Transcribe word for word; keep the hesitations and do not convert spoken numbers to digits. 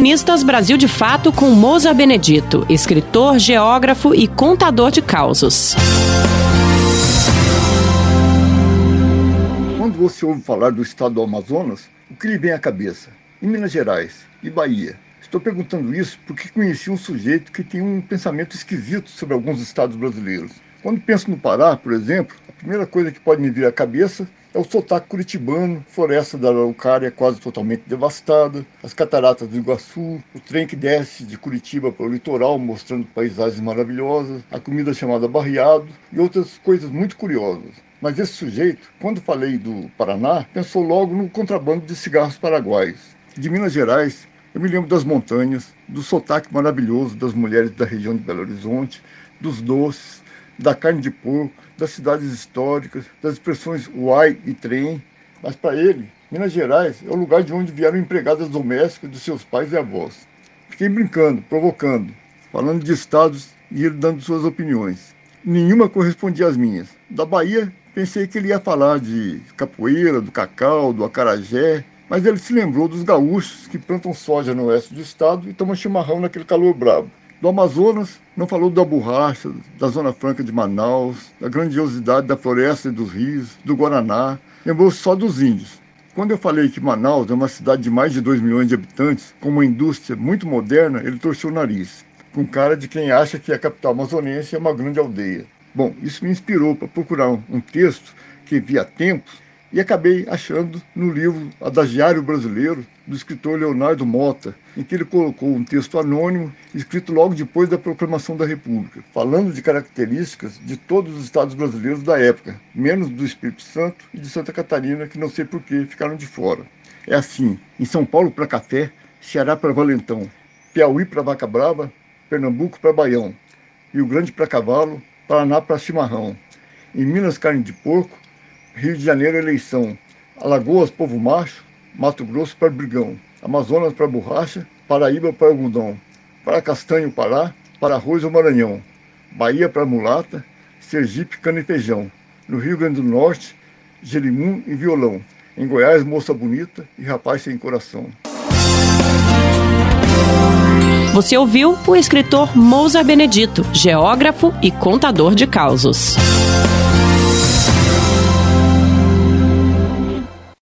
Colunistas Brasil de Fato com Moza Benedito, escritor, geógrafo e contador de causos. Quando você ouve falar do estado do Amazonas, o que lhe vem à cabeça? Em Minas Gerais e Bahia. Estou perguntando isso porque conheci um sujeito que tem um pensamento esquisito sobre alguns estados brasileiros. Quando penso no Pará, por exemplo, a primeira coisa que pode me vir à cabeça é o sotaque curitibano, floresta da Araucária quase totalmente devastada, as cataratas do Iguaçu, o trem que desce de Curitiba para o litoral mostrando paisagens maravilhosas, a comida chamada barreado e outras coisas muito curiosas. Mas esse sujeito, quando falei do Paraná, pensou logo no contrabando de cigarros paraguaios. De Minas Gerais, eu me lembro das montanhas, do sotaque maravilhoso das mulheres da região de Belo Horizonte, dos doces, da carne de porco, das cidades históricas, das expressões uai e trem. Mas para ele, Minas Gerais é o lugar de onde vieram empregadas domésticas dos seus pais e avós. Fiquei brincando, provocando, falando de estados e ele dando suas opiniões. Nenhuma correspondia às minhas. Da Bahia, pensei que ele ia falar de capoeira, do cacau, do acarajé, mas ele se lembrou dos gaúchos que plantam soja no oeste do estado e tomam chimarrão naquele calor brabo. Do Amazonas, não falou da borracha, da Zona Franca de Manaus, da grandiosidade da floresta e dos rios, do Guaraná, lembrou só dos índios. Quando eu falei que Manaus é uma cidade de mais de dois milhões de habitantes, com uma indústria muito moderna, ele torceu o nariz, com cara de quem acha que a capital amazonense é uma grande aldeia. Bom, isso me inspirou para procurar um texto que vi há tempos e acabei achando no livro Adagiário Brasileiro, do escritor Leonardo Mota, em que ele colocou um texto anônimo, escrito logo depois da proclamação da República, falando de características de todos os estados brasileiros da época, menos do Espírito Santo e de Santa Catarina, que não sei por que ficaram de fora. É assim: em São Paulo para Café, Ceará para Valentão, Piauí para Vaca Brava, Pernambuco para Baião, Rio Grande para Cavalo, Paraná para Chimarrão, em Minas Carne de Porco, Rio de Janeiro Eleição, Alagoas Povo Macho, Mato Grosso para Brigão, Amazonas para Borracha, Paraíba para Algodão, para Castanho Pará, para Arroz ou Maranhão, Bahia para Mulata, Sergipe Cana e Feijão, no Rio Grande do Norte, Jerimum e Violão, em Goiás Moça Bonita e Rapaz Sem Coração. Você ouviu o escritor Moza Benedito, geógrafo e contador de causos.